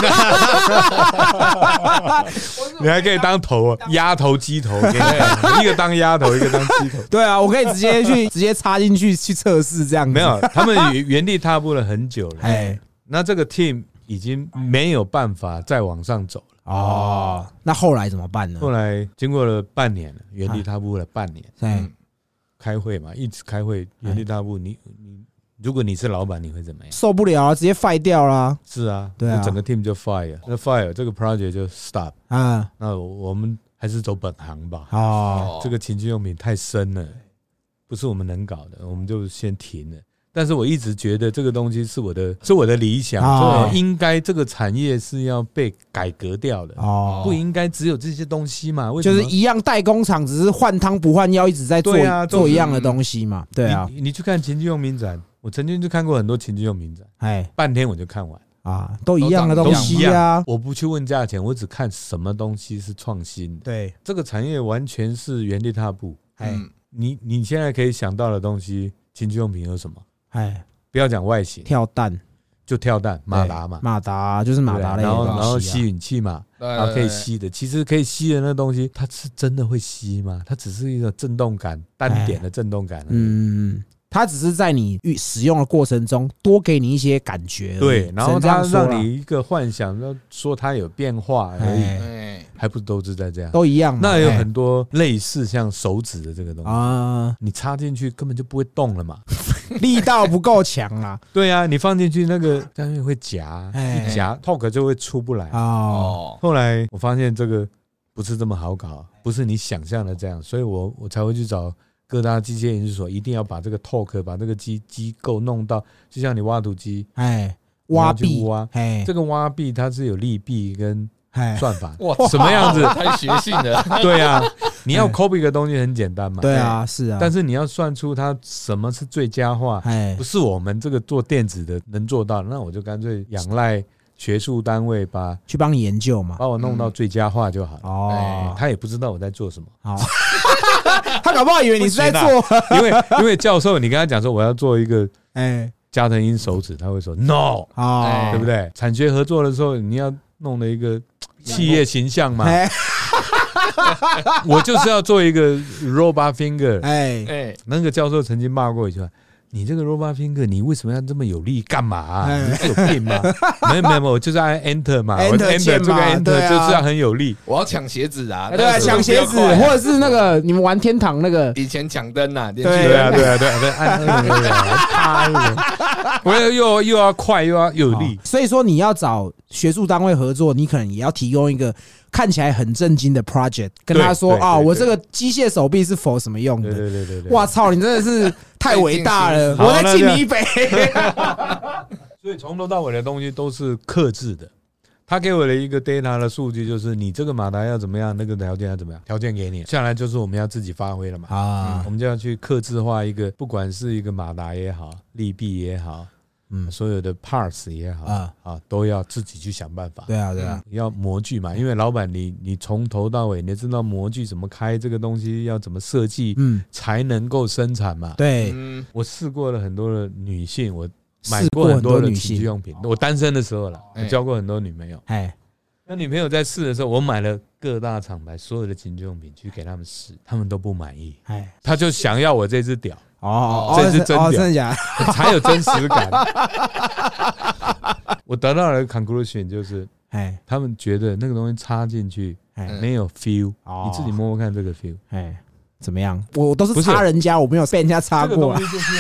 啊。 你还可以当头，鸭头、鸡头，一个当鸭头，一个当鸡头。 对啊，我可以直接插进去测试这样子。 没有，他们原地踏步了很久了。那这个 team 已经没有办法再往上走了。 那后来怎么办呢？ 后来经过了半年了，原地踏步了半年。开会嘛，一直开会，原地踏步。如果你是老板，你会怎么样？ 受不了啊，直接 fire 掉啦。 是啊， 对啊， 整个 team 就 fire， 那 fire 这个 project 就 stop 啊。那我们还是走本行吧。这个情趣用品太深了，不是我们能搞的，我们就先停了。但是我一直觉得这个东西是我的理想，应该这个产业是要被改革掉的，不应该只有这些东西嘛？为什么？ 就是一样代工厂，只是换汤不换药，一直在做一样的东西嘛。对啊， 你去看情趣用品展，我曾经就看过很多情趣用品展，半天我就看完都一样的东西啊。 我不去问价钱，我只看什么东西是创新的。 对， 这个产业完全是原地踏步。你现在可以想到的东西，情趣用品有什么？不要讲外形， 跳蛋就跳蛋，马达嘛， 马达就是马达类的东西， 然后吸吮器嘛，然后可以吸的，其实可以吸的那东西，它是真的会吸吗？它只是一个震动感，单点的震动感。 它只是在你使用的过程中多给你一些感觉而已， 对，然后它让你一个幻想，说它有变化而已，还不都是在这样， 都一样。 那有很多类似像手指的这个东西你插进去根本就不会动了嘛， 力道不够强啊。 对啊，你放进去那个当然会夹，一夹 torque 就会出不来。后来我发现这个不是这么好搞，不是你想象的这样，所以我才会去找各大机械研究所，一定要把这个 torque 把这个机构弄到，就像你挖土机， 挖壁， 这个挖壁它是有利弊跟算法， 哇， 什么样子？ 太学性了。 对啊，你要 copy 一个东西很简单嘛， 对啊，是啊， 但是你要算出它什么是最佳化，不是我们这个做电子的能做到，那我就干脆仰赖学术单位去帮你研究嘛， 把我弄到最佳化就好了。他也不知道我在做什么。 他搞不好以为你是在做， 因为教授，你跟他讲说我要做一个加藤鹰手指，他会说 no， 对不对？产学合作的时候，你要弄了一个企业形象嘛。我就是要做一个 robot finger。那个教授曾经骂过一句话。你这个 robot finger， 你为什么要这么有力？干嘛？你是有病吗？没有，我就是按 enter 嘛，我 enter 这个 enter 就是要很有力。 我要抢鞋子啊！ 对啊，抢鞋子，或者是那个你们玩天堂那个以前抢灯啊， 对，按我又要快又要有力。 所以说你要找学术单位合作，你可能也要提供一个看起来很震惊的 project， 跟他说我这个机械手臂是否什么用的？ 对， 哇操，你真的是太伟大了！我再敬你一杯。 所以从头到尾的东西都是客制的， 他给我的一个 data 的数据就是你这个马达要怎么样，那个条件要怎么样，条件给你下来就是我们要自己发挥了嘛。我们就要去客制化一个，不管是一个马达也好，利弊也好，所有的 parts 也好都要自己去想办法。 对啊， 要模具嘛，因为老板你从头到尾你知道模具怎么开，这个东西要怎么设计，才能够生产嘛。 对， 我试过了很多的女性，我买过很多的情趣用品。我单身的时候啦，我交过很多女朋友。那女朋友在试的时候，我买了各大厂牌所有的情趣用品去给他们试，他们都不满意。他就想要我这只屌，这只真屌， 真的假的才有真实感。我得到的 conclusion 就是，他们觉得那个东西插进去没有 feel，你自己摸摸看这个 feel。 怎么样？我都是插人家，我没有被人家插过。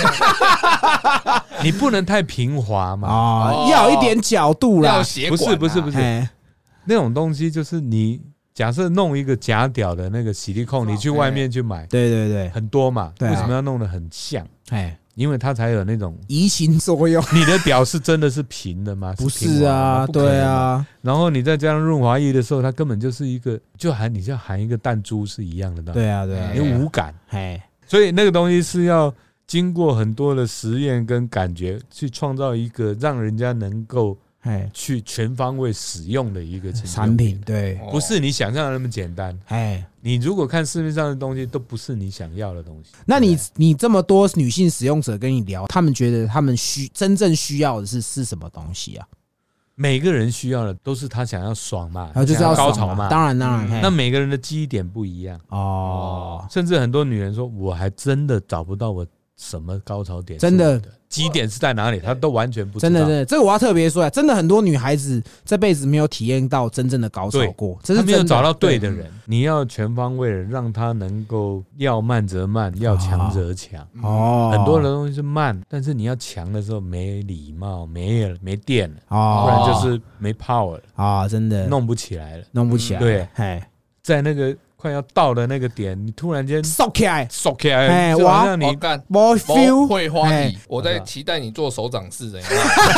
你不能太平滑嘛， 要有一点角度啦。 不是，那种东西就是你假设弄一个假屌的那个洗力控，你去外面去买， 对， 很多嘛。为什么要弄得很像？因为它才有那种移情作用。 你的屌是真的是平的吗？ 不是啊，对啊。 然后你再加上润滑液的时候，它根本就是一个，你就含一个弹珠是一样的。 对啊， 你无感。所以那个东西是要经过很多的实验跟感觉，去创造一个让人家能够去全方位使用的一个产品。对， 不是你想象的那么简单。你如果看市面上的东西，都不是你想要的东西。 那你这么多女性使用者跟你聊，他们觉得他们真正需要的是什么东西啊？ 每个人需要的都是他想要爽嘛， 就是要高潮嘛。 当然。 那每个人的记忆点不一样甚至很多女人说，我还真的找不到我什么高潮点，真的基点是在哪里，他都完全不知道。真的， 这个我要特别说，真的很多女孩子这辈子没有体验到真正的高潮过，这是没有找到对的人。你要全方位的让他能够要慢则慢，要强则强。很多的东西是慢，但是你要强的时候没礼貌，没电了，不然就是没 power 了真的弄不起来了， 对， 在那个快要到的那个点，你突然间缩起来， 就好像你没 feel， 会花体，我在期待你做手掌式的，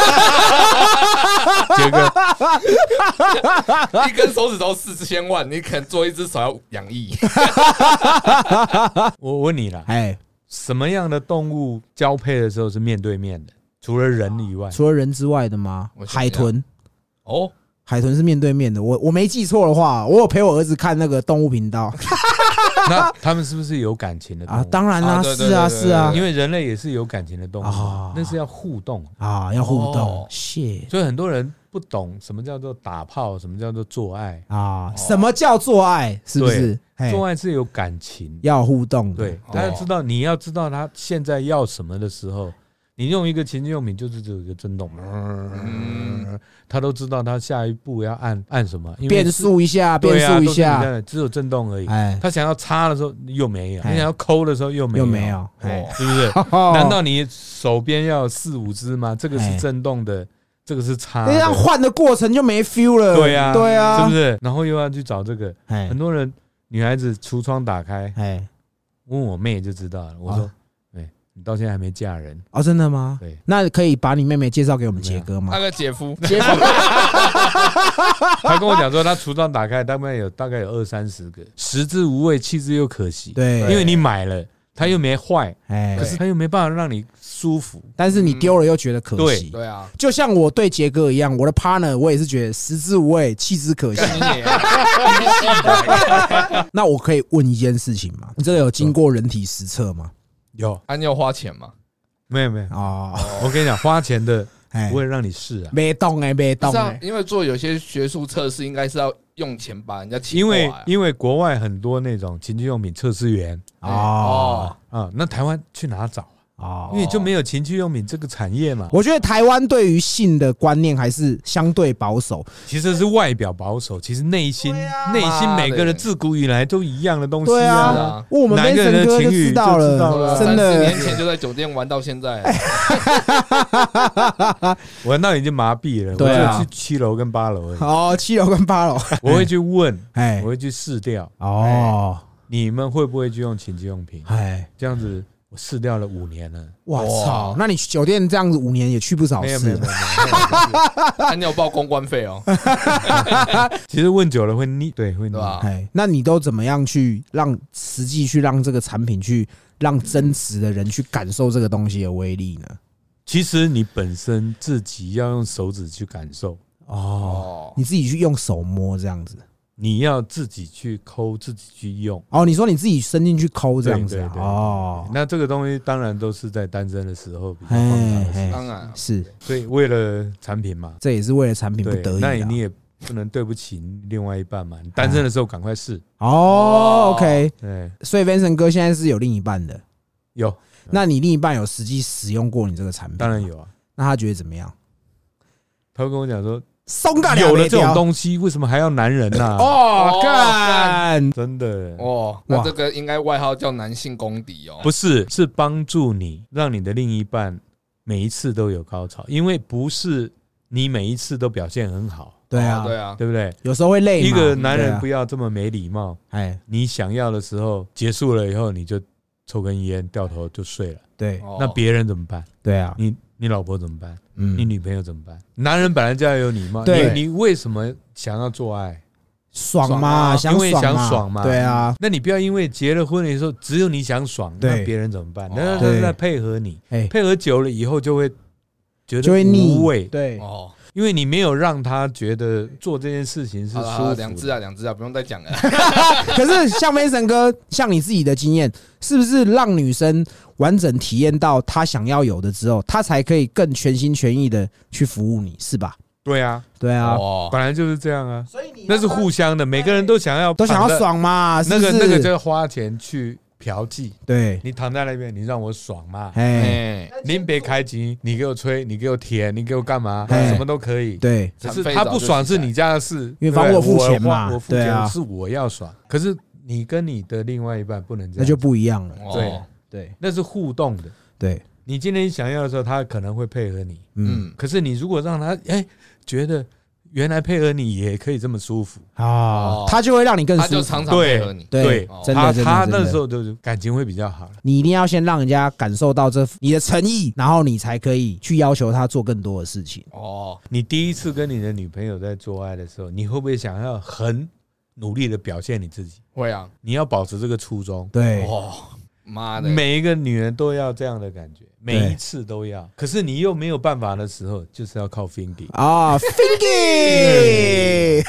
杰哥， 一根手指头4000万，你可能做一只手要2亿。 我问你啦，什么样的动物交配的时候是面对面的？除了人以外， 除了人之外的吗？海豚海豚是面对面的，我没记错的话，我有陪我儿子看那个动物频道。 那他们是不是有感情的动物？ 当然啦，是啊， 因为人类也是有感情的动物，那是要互动要互动。 所以很多人不懂什么叫做打炮，什么叫做做爱什么叫做爱？是不是？ 做爱是有感情， 要互动。 对，你要知道他现在要什么的时候。你用一个情趣用品就是只有一个震动，他都知道他下一步要按什么， 变速一下， 只有震动而已。他想要插的时候又没有，他想要抠的时候又没有，是不是？难道你手边要4、5只吗？这个是震动的，这个是插的， 这样换的过程就没 feel 了。 对啊，是不是？然后又要去找这个，很多人女孩子橱窗打开，问我妹就知道了。我说。你到现在还没嫁人真的吗？ 对， 那可以把你妹妹介绍给我们杰哥吗？ 那个姐夫， 他跟我讲说，他橱窗打开大概有20-30个，食之无味，弃之又可惜。 对， 因为你买了，它又没坏，可是它又没办法让你舒服， 但是你丢了又觉得可惜。 对啊， 就像我对杰哥一样，我的 partner 我也是觉得食之无味，弃之可惜。那我可以问一件事情吗？你这个有经过人体实测吗？ 有， 你有花钱吗？ 没有我跟你讲，花钱的不会让你试没动没动因为做有些学术测试，应该是要用钱把人家气化。 因为国外很多那种情趣用品测试员那台湾去哪找？因为就没有情趣用品这个产业嘛。 我觉得台湾对于性的观念还是相对保守， 其实是外表保守，其实内心每个人自古以来都一样的东西啊。 我们跟神哥就知道了，真的 ，30年前就在酒店玩到现在， 玩到已经麻痹了。 对啊， 我就去7楼跟8楼而已。 7楼跟8楼， 我会去问，我会去试掉。 你们会不会去用情趣用品？这样子。 我试掉了5年了。 哇操！那你酒店这样子5年也去不少次。 没有， 那你有报公关费哦。 其实问久了会腻，对，会腻。 那你都怎么样去实际去让这个产品去让真实的人去感受这个东西的威力呢？ 其实你本身自己要用手指去感受你自己去用手摸这样子。 你要自己去抠，自己去用。 你说你自己伸进去抠这样子。 对。那这个东西当然都是在单身的时候比较放大的事， 当然是。 所以为了产品嘛， 这也是为了产品不得已。 那你也不能对不起另外一半嘛。你单身的时候赶快试。 OK。 对。 所以 Vincent 哥现在是有另一半的。 有。 那你另一半有实际使用过你这个产品？ 当然有啊。 那他觉得怎么样？ 他会跟我讲说。 有了这种东西，为什么还要男人呢？ 干， 真的那这个应该外号叫男性公敌哦。 不是，是帮助你让你的另一半每一次都有高潮，因为不是你每一次都表现很好。 对啊， 对不对？ 有时候会累嘛。 一个男人不要这么没礼貌。你想要的时候结束了以后，你就抽根烟，掉头就睡了。 对， 那别人怎么办？ 对啊， 你老婆怎么办？你女朋友怎么办？男人本来就要有礼貌。你为什么想要做爱？ 爽嘛， 因为想爽嘛。 对啊， 那你不要因为结了婚的时候只有你想爽，那别人怎么办？那他在配合你，配合久了以后就会觉得无味。 对， 因为你没有让他觉得做这件事情是舒服的。 两只啊，不用再讲了。 可是像Vincent哥，像你自己的经验，是不是让女生完整体验到她想要有的之后，她才可以更全心全意的去服务你，是吧？ 对啊，本来就是这样啊。所以那是互相的，每个人都想要爽嘛。 那个就要花钱去嫖妓。 对， 你躺在那边，你让我爽嘛。你别开机，你给我吹，你给我舔，你给我干嘛？什么都可以。 对， 可是他不爽是你家的事， 因为帮我付钱嘛。 我付钱是我要爽。可是你跟你的另外一半不能这样， 那就不一样了。 对，那是互动的。 对， 你今天想要的时候，他可能会配合你。可是你如果让他觉得原来配合你也可以这么舒服他就会让你更舒服， 他就常常配合你。 对， 他那时候就是感情会比较好。 你一定要先让人家感受到你的诚意，然后你才可以去要求他做更多的事情。 你第一次跟你的女朋友在做爱的时候，你会不会想要很努力的表现你自己？ 会啊， 你要保持这个初衷。 对， 妈的， 每一个女人都要这样的感觉，每一次都要。可是你又没有办法的时候，就是要靠 fingy fingy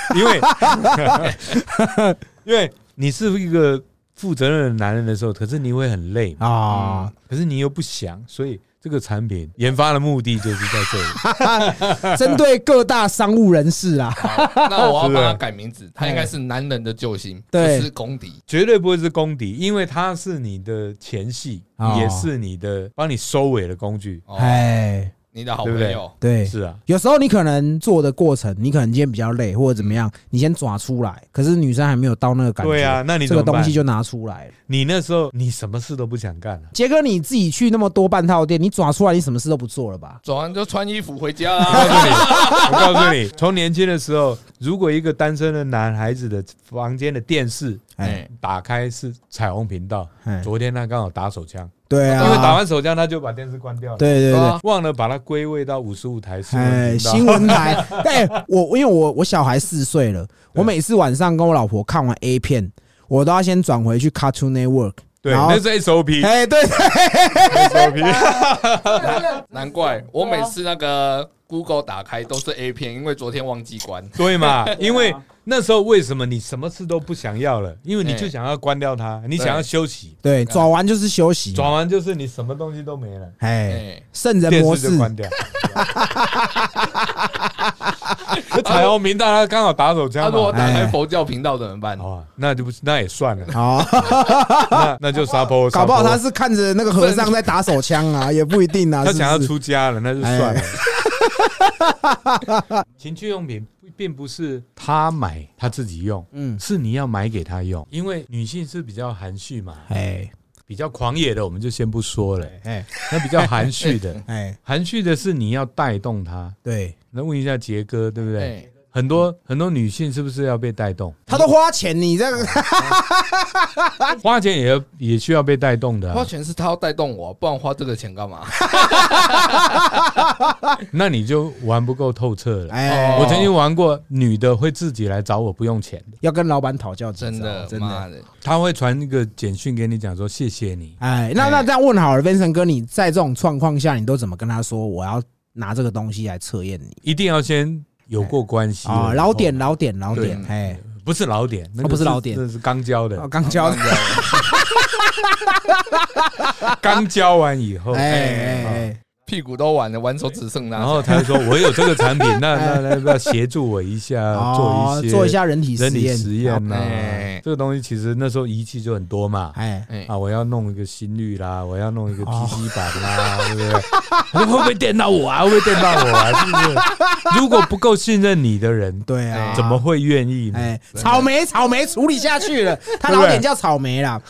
因为你是一个负责任的男人的时候，可是你会很累可是你又不想，所以这个产品研发的目的就是在这里， 针对各大商务人士啊。 那我要帮他改名字，他应该是男人的救星，不是公敌， 绝对不会是公敌，因为他是你的前戏，也是你的帮你收尾的工具。 你的好朋友。 对， 是啊。 有时候你可能做的过程，你可能今天比较累或者怎么样，你先抓出来，可是女生还没有到那个感觉。 对啊，那你这个东西就拿出来了。 你那时候你什么事都不想干了。 杰哥，你自己去那么多半套店，你抓出来，你什么事都不做了吧？ 抓完就穿衣服回家啦。 我告诉你，从年轻的时候，如果一个单身的男孩子的房间的电视打开是彩虹频道，昨天他刚好打手枪。 对啊， 因为打完手枪他就把电视关掉了。 对， 忘了把它归位到55台新闻台。因为我小孩4岁了，我每次晚上跟我老婆看完 A 片，我都要先转回去 Cartoon Network。 对，那是 SOP。 对 SOP。 难怪我每次那个 Google 打开都是 A 片，因为昨天忘记关。 对嘛？因为那时候为什么你什么事都不想要了？因为你就想要关掉它，你想要休息。 对，抓完就是休息， 抓完就是你什么东西都没了。 圣人模式就关掉。彩虹频道他刚好打手枪嘛， 他如果打开佛教频道怎么办？ 那也算了。那就撒泼。 搞不好他是看着那个和尚在打手枪啊，也不一定啊。 他想要出家了，那就算了。情趣用品并不是他买他自己用，是你要买给他用，因为女性是比较含蓄嘛，比较狂野的我们就先不说了，那比较含蓄的，含蓄的是你要带动他。 对， 那问一下杰哥，对不对？ 很多女性是不是要被带动？ 她都花钱，你这个花钱也需要被带动的、啊。 花钱是她要带动我，不然花这个钱干嘛？ 那你就玩不够透彻了。我曾经玩过，女的会自己来找我，不用钱的， 要跟老板讨教， 真的， 他会传一个简讯给你，讲说谢谢你。 那这样问好了 ，Vincent 哥，你在这种状况下，你都怎么跟他说？我要拿这个东西来测验你， 一定要先有过关系啊！ 老点， 不是老点，那不是老点， 这是刚交的， 刚交的， 刚交完以后， 屁股都完了，玩手指剩那。 然后他就说：“我有这个产品，那要不要协助我一下， 做一下人体实验呐？这个东西其实那时候仪器就很多嘛，我要弄一个心率啦，我要弄一个 PC 板啦，对不对？会不会电到我啊？会不会电到我啊？是不是？如果不够信任你的人， 对啊， 怎么会愿意呢？ 草莓处理下去了，他老点叫草莓啦，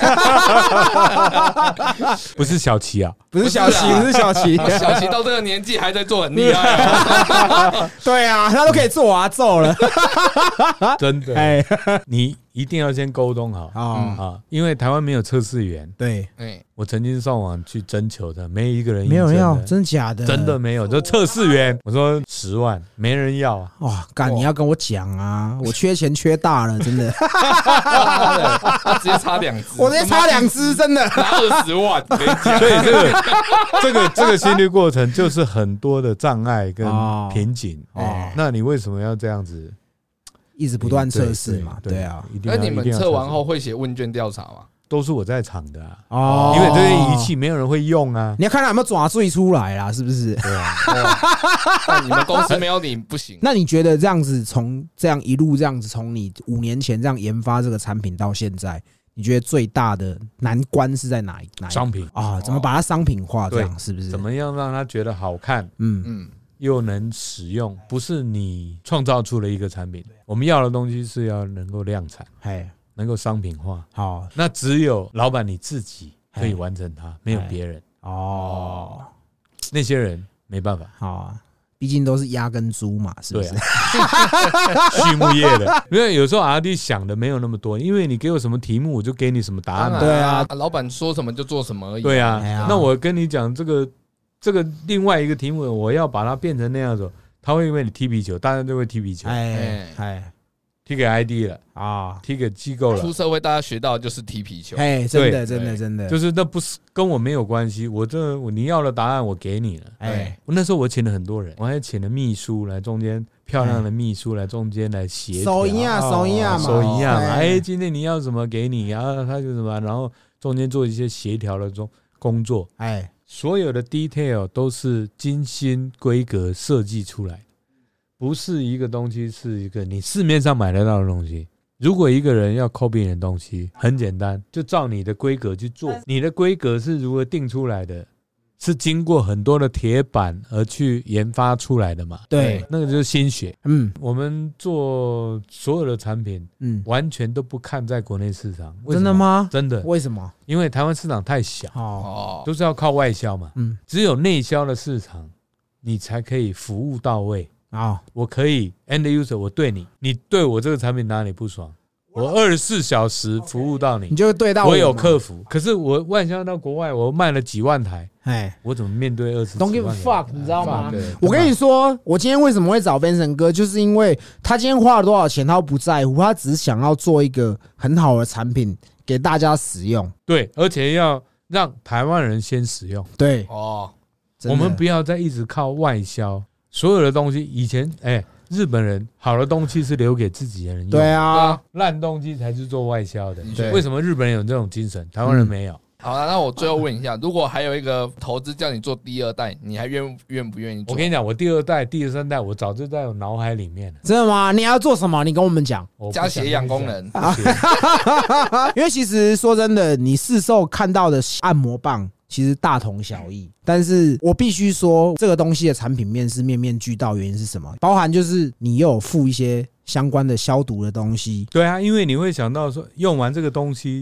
不是小齐啊。” 不是小齐， 小齐到这个年纪还在做，很厉害。 对啊，他都可以做啊，揍了， 真的。你一定要先沟通好啊，因为台湾没有测试员。 对， 我曾经上网去征求的，没一个人没有人要，真假的？ 真的没有，就测试员。我说10万，没人要啊。 哇，干，你要跟我讲啊，我缺钱缺大了，真的。 他直接差2只， 我直接差2只，真的拿20万。 所以这个心率过程就是很多的障碍跟瓶颈。那你为什么要这样子？ 一直不断测试嘛，对啊。 那你们测完后会写问卷调查吗？ 都是我在场的啊，因为这些仪器没有人会用啊。 你要看他有没有爪碎出来啦，是不是？ 对啊。 你们公司没有你不行。 那你觉得这样子，从这样一路这样子，从你5年前这样研发这个产品到现在，你觉得最大的难关是在哪一商品啊？怎么把它商品化？这样是不是？ 怎么样让他觉得好看？又能使用，不是你创造出了一个产品。我们要的东西是要能够量产，能够商品化。好，那只有老板你自己可以完成它，没有别人。那些人没办法。 好，毕竟都是鸭跟猪嘛，是不是？ 畜牧业的，因为有时候 R&D 想的没有那么多，因为你给我什么题目，我就给你什么答案。 对啊， 老板说什么就做什么而已。 对啊，那我跟你讲这个另外一个题目，我要把它变成那样子，他会因为你踢皮球，大家都会踢皮球，踢给 ID 了啊，踢给机构了。 出社会大家学到的就是踢皮球， 真的， 就是那不是跟我没有关系，你要的答案我给你了。我那时候我请了很多人，我还请了秘书来中间，漂亮的秘书来中间来协调， 手一样嘛。 今天你要什么给你，然后他就什么，然后中间做一些协调的工作。所有的 detail 都是精心规格设计出来，不是一个东西是一个你市面上买得到的东西。如果一个人要 copy 你的东西，很简单，就照你的规格去做。你的规格是如何定出来的？是经过很多的铁板而去研发出来的嘛？ 对， 那个就是心血。我们做所有的产品，完全都不看在国内市场。 真的吗？ 真的。 为什么？ 因为台湾市场太小，都是要靠外销嘛。只有内销的市场，你才可以服务到位。我可以 end user， 我对你对我这个产品哪里不爽？我24小时服务到你， 你就对到我有客服。可是我外销到国外，我卖了几万台，我怎么面对20几万 ？Don't give a fuck， 你知道吗？我跟你说，我今天为什么会找 Vincent 哥，就是因为他今天花了多少钱，他都不在乎，他只是想要做一个很好的产品给大家使用。 对，而且要让台湾人先使用。 对， 我们不要再一直靠外销，所有的东西以前日本人好的东西是留给自己的人用， 对啊， 烂东西才是做外销的。为什么日本人有这种精神，台湾人没有？ 好了，那我最后问一下，如果还有一个投资叫你做第2代，你还愿不愿意做？ 我跟你讲，我第2代、第3代，我早就在我脑海里面了。 真的吗？你要做什么？你跟我们讲。 加血氧功能。 因为其实说真的，你市售看到的按摩棒其实大同小异，但是我必须说，这个东西的产品面是面面俱到。原因是什么？包含就是你又有附一些相关的消毒的东西。 对啊，因为你会想到说，用完这个东西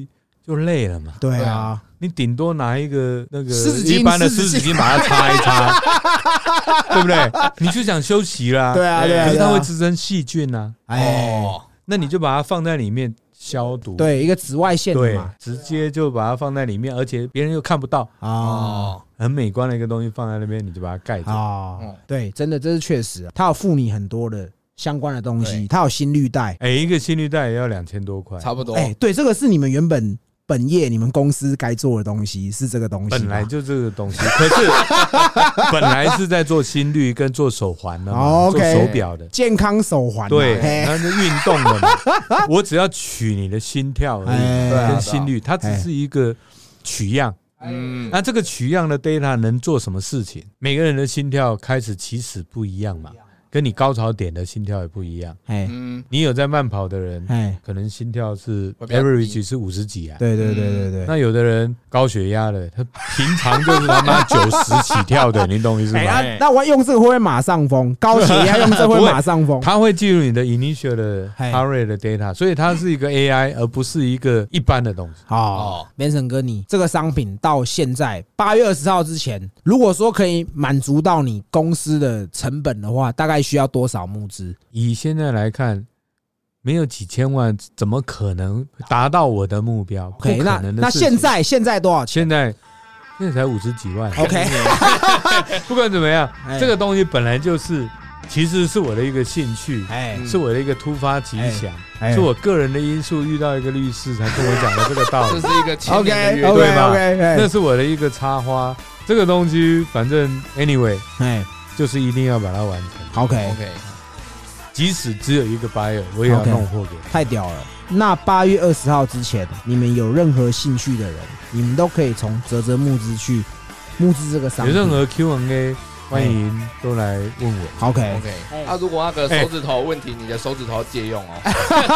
就累了嘛。 对啊， 你顶多拿一个那个一般的湿纸巾把它擦一擦，对不对？你就想休息啦。 对啊， 可是它会滋生细菌啊。那你就把它放在里面消毒。 对，一个紫外线的嘛， 直接就把它放在里面，而且别人又看不到很美观的一个东西放在那边，你就把它盖着。 对，真的这是确实，它有附你很多的相关的东西，它有心率带， 一个心率带也要2000多块， 差不多。 对，这个是你们原本本业你们公司该做的东西，是这个东西， 本来就这个东西，可是本来是在做心率跟做手环的嘛，做手表的健康手环， 对，那是运动的嘛。我只要取你的心跳而已，跟心率，它只是一个取样。那这个取样的 data 能做什么事情？每个人的心跳开始起始不一样嘛。跟你高潮点的心跳也不一样。你有在慢跑的人，可能心跳是 average 是50几啊。 对。 那有的人高血压的，他平常就是他妈90起跳的，你懂意思吗？ 那我用这个会不会马上疯？高血压用这个会马上疯？ 它会记录你的 initial 的 heart rate 的 data， 所以它是一个 AI， 而不是一个一般的东西。 Benson 哥，你这个商品到现在8月20号之前，如果说可以满足到你公司的成本的话，大概需要多少募资？ 以现在来看，没有几千万，怎么可能达到我的目标？不可能的事情。 那现在多少钱？ 现在才50几万。 OK， 不管怎么样，这个东西本来就是，其实是我的一个兴趣，是我的一个突发奇想，是我个人的因素。遇到一个律师才跟我讲的这个道理， 这是一个千年的约， 对吧？那是我的一个插花。这个东西反正 anyway，就是一定要把它完成。 OK， 即使只有一个 buyer， 我也要弄货给他。 太屌了！那8月20号之前，你们有任何兴趣的人，你们都可以从嘖募资去募资这个商品。 有任何 Q&A， 欢迎都来问我。 OK， 如果那个手指头问题，你的手指头借用哦。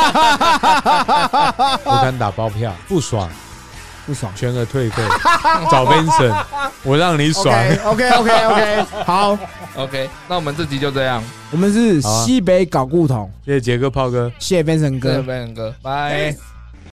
我敢打包票，不爽，全额退费。找 Benson， 我让你爽。 OK， 好 ，OK， 那我们这集就这样。 我们是西北搞故同， 谢谢杰哥、炮哥， 谢谢 Benson 哥， 拜。